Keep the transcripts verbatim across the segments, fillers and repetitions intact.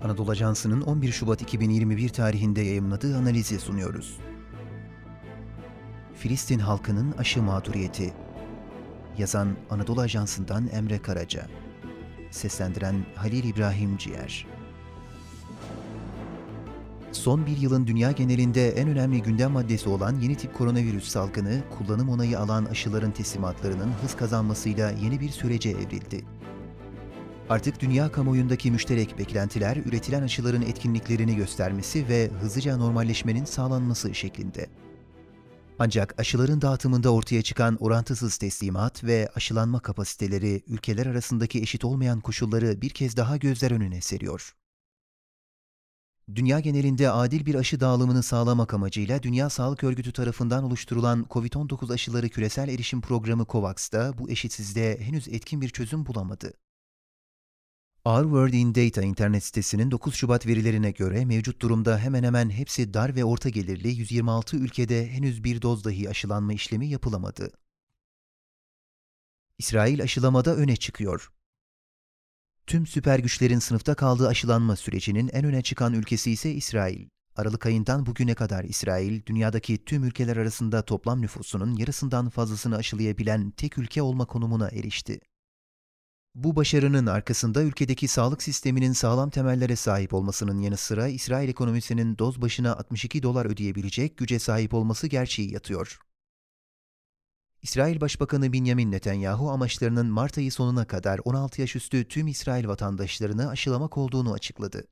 Anadolu Ajansı'nın on bir Şubat iki bin yirmi bir tarihinde yayımladığı analizi sunuyoruz. Filistin halkının aşı mağduriyeti. Yazan Anadolu Ajansı'ndan Emre Karaca. Seslendiren Halil İbrahim Ciğer. Son bir yılın dünya genelinde en önemli gündem maddesi olan yeni tip koronavirüs salgını, kullanım onayı alan aşıların teslimatlarının hız kazanmasıyla yeni bir sürece evrildi. Artık dünya kamuoyundaki müşterek beklentiler, üretilen aşıların etkinliklerini göstermesi ve hızlıca normalleşmenin sağlanması şeklinde. Ancak aşıların dağıtımında ortaya çıkan orantısız teslimat ve aşılanma kapasiteleri, ülkeler arasındaki eşit olmayan koşulları bir kez daha gözler önüne seriyor. Dünya genelinde adil bir aşı dağılımını sağlamak amacıyla Dünya Sağlık Örgütü tarafından oluşturulan kovid on dokuz aşıları küresel erişim programı COVAX'da bu eşitsizliğe henüz etkin bir çözüm bulamadı. Our World in Data internet sitesinin dokuz Şubat verilerine göre mevcut durumda hemen hemen hepsi dar ve orta gelirli yüz yirmi altı ülkede henüz bir doz dahi aşılanma işlemi yapılamadı. İsrail aşılamada öne çıkıyor. Tüm süper güçlerin sınıfta kaldığı aşılanma sürecinin en öne çıkan ülkesi ise İsrail. Aralık ayından bugüne kadar İsrail, dünyadaki tüm ülkeler arasında toplam nüfusunun yarısından fazlasını aşılayabilen tek ülke olma konumuna erişti. Bu başarının arkasında ülkedeki sağlık sisteminin sağlam temellere sahip olmasının yanı sıra İsrail ekonomisinin doz başına altmış iki dolar ödeyebilecek güce sahip olması gerçeği yatıyor. İsrail Başbakanı Benjamin Netanyahu amaçlarının Mart ayı sonuna kadar on altı yaş üstü tüm İsrail vatandaşlarını aşılamak olduğunu açıkladı.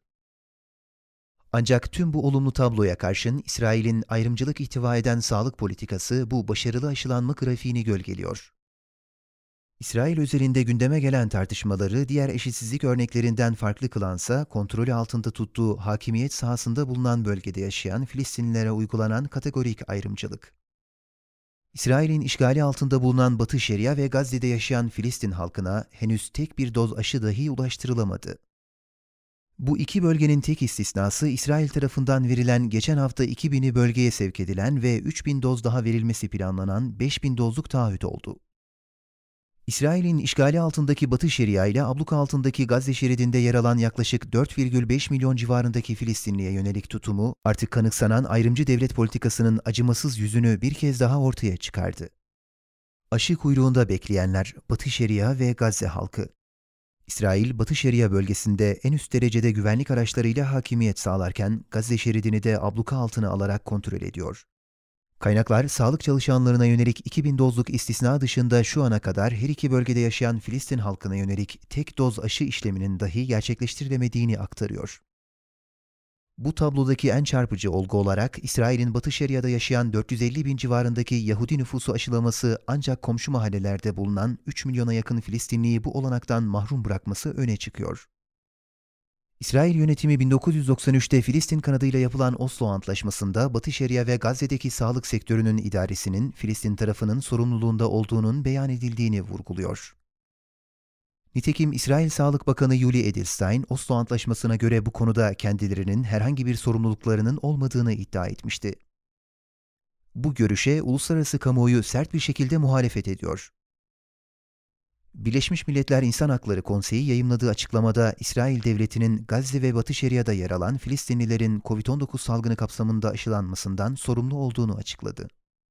Ancak tüm bu olumlu tabloya karşın İsrail'in ayrımcılık ihtiva eden sağlık politikası bu başarılı aşılanma grafiğini gölgeliyor. İsrail özelinde gündeme gelen tartışmaları diğer eşitsizlik örneklerinden farklı kılansa, kontrolü altında tuttuğu hakimiyet sahasında bulunan bölgede yaşayan Filistinlilere uygulanan kategorik ayrımcılık. İsrail'in işgali altında bulunan Batı Şeria ve Gazze'de yaşayan Filistin halkına henüz tek bir doz aşı dahi ulaştırılamadı. Bu iki bölgenin tek istisnası İsrail tarafından verilen geçen hafta iki bini bölgeye sevk edilen ve üç bin doz daha verilmesi planlanan beş bin dozluk taahhüt oldu. İsrail'in işgali altındaki Batı Şeria ile abluka altındaki Gazze şeridinde yer alan yaklaşık dört virgül beş milyon civarındaki Filistinliye yönelik tutumu, artık kanıksanan ayrımcı devlet politikasının acımasız yüzünü bir kez daha ortaya çıkardı. Aşı kuyruğunda bekleyenler Batı Şeria ve Gazze halkı. İsrail, Batı Şeria bölgesinde en üst derecede güvenlik araçlarıyla hakimiyet sağlarken, Gazze şeridini de abluka altına alarak kontrol ediyor. Kaynaklar, sağlık çalışanlarına yönelik iki bin dozluk istisna dışında şu ana kadar her iki bölgede yaşayan Filistin halkına yönelik tek doz aşı işleminin dahi gerçekleştirilemediğini aktarıyor. Bu tablodaki en çarpıcı olgu olarak İsrail'in Batı Şeria'da yaşayan dört yüz elli bin civarındaki Yahudi nüfusu aşılaması ancak komşu mahallelerde bulunan üç milyona yakın Filistinliyi bu olanaktan mahrum bırakması öne çıkıyor. İsrail yönetimi bin dokuz yüz doksan üçte Filistin kanadıyla yapılan Oslo Antlaşması'nda Batı Şeria ve Gazze'deki sağlık sektörünün idaresinin Filistin tarafının sorumluluğunda olduğunun beyan edildiğini vurguluyor. Nitekim İsrail Sağlık Bakanı Yuli Edelstein, Oslo Antlaşması'na göre bu konuda kendilerinin herhangi bir sorumluluklarının olmadığını iddia etmişti. Bu görüşe uluslararası kamuoyu sert bir şekilde muhalefet ediyor. Birleşmiş Milletler İnsan Hakları Konseyi yayımladığı açıklamada İsrail Devleti'nin Gazze ve Batı Şeria'da yer alan Filistinlilerin kovid on dokuz salgını kapsamında aşılanmasından sorumlu olduğunu açıkladı.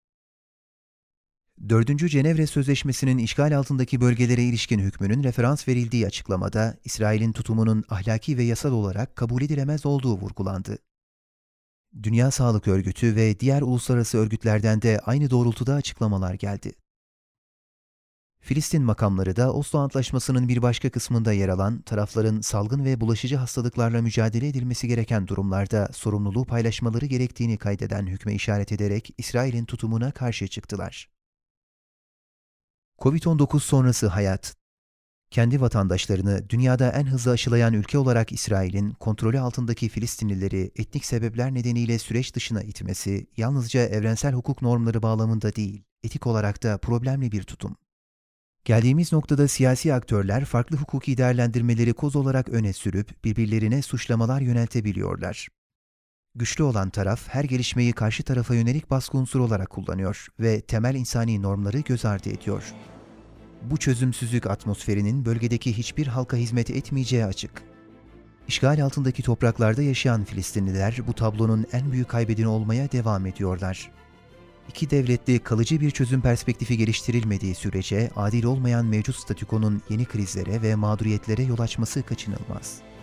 Dördüncü Cenevre Sözleşmesi'nin işgal altındaki bölgelere ilişkin hükmünün referans verildiği açıklamada İsrail'in tutumunun ahlaki ve yasal olarak kabul edilemez olduğu vurgulandı. Dünya Sağlık Örgütü ve diğer uluslararası örgütlerden de aynı doğrultuda açıklamalar geldi. Filistin makamları da Oslo Antlaşması'nın bir başka kısmında yer alan tarafların salgın ve bulaşıcı hastalıklarla mücadele edilmesi gereken durumlarda sorumluluğu paylaşmaları gerektiğini kaydeden hükme işaret ederek İsrail'in tutumuna karşı çıktılar. kovid on dokuz sonrası hayat. Kendi vatandaşlarını dünyada en hızlı aşılayan ülke olarak İsrail'in kontrolü altındaki Filistinlileri etnik sebepler nedeniyle süreç dışına itmesi yalnızca evrensel hukuk normları bağlamında değil, etik olarak da problemli bir tutum. Geldiğimiz noktada siyasi aktörler farklı hukuki değerlendirmeleri koz olarak öne sürüp birbirlerine suçlamalar yöneltebiliyorlar. Güçlü olan taraf her gelişmeyi karşı tarafa yönelik baskı unsuru olarak kullanıyor ve temel insani normları göz ardı ediyor. Bu çözümsüzlük atmosferinin bölgedeki hiçbir halka hizmet etmeyeceği açık. İşgal altındaki topraklarda yaşayan Filistinliler bu tablonun en büyük kaybedeni olmaya devam ediyorlar. İki devletli kalıcı bir çözüm perspektifi geliştirilmediği sürece adil olmayan mevcut statükonun yeni krizlere ve mağduriyetlere yol açması kaçınılmaz.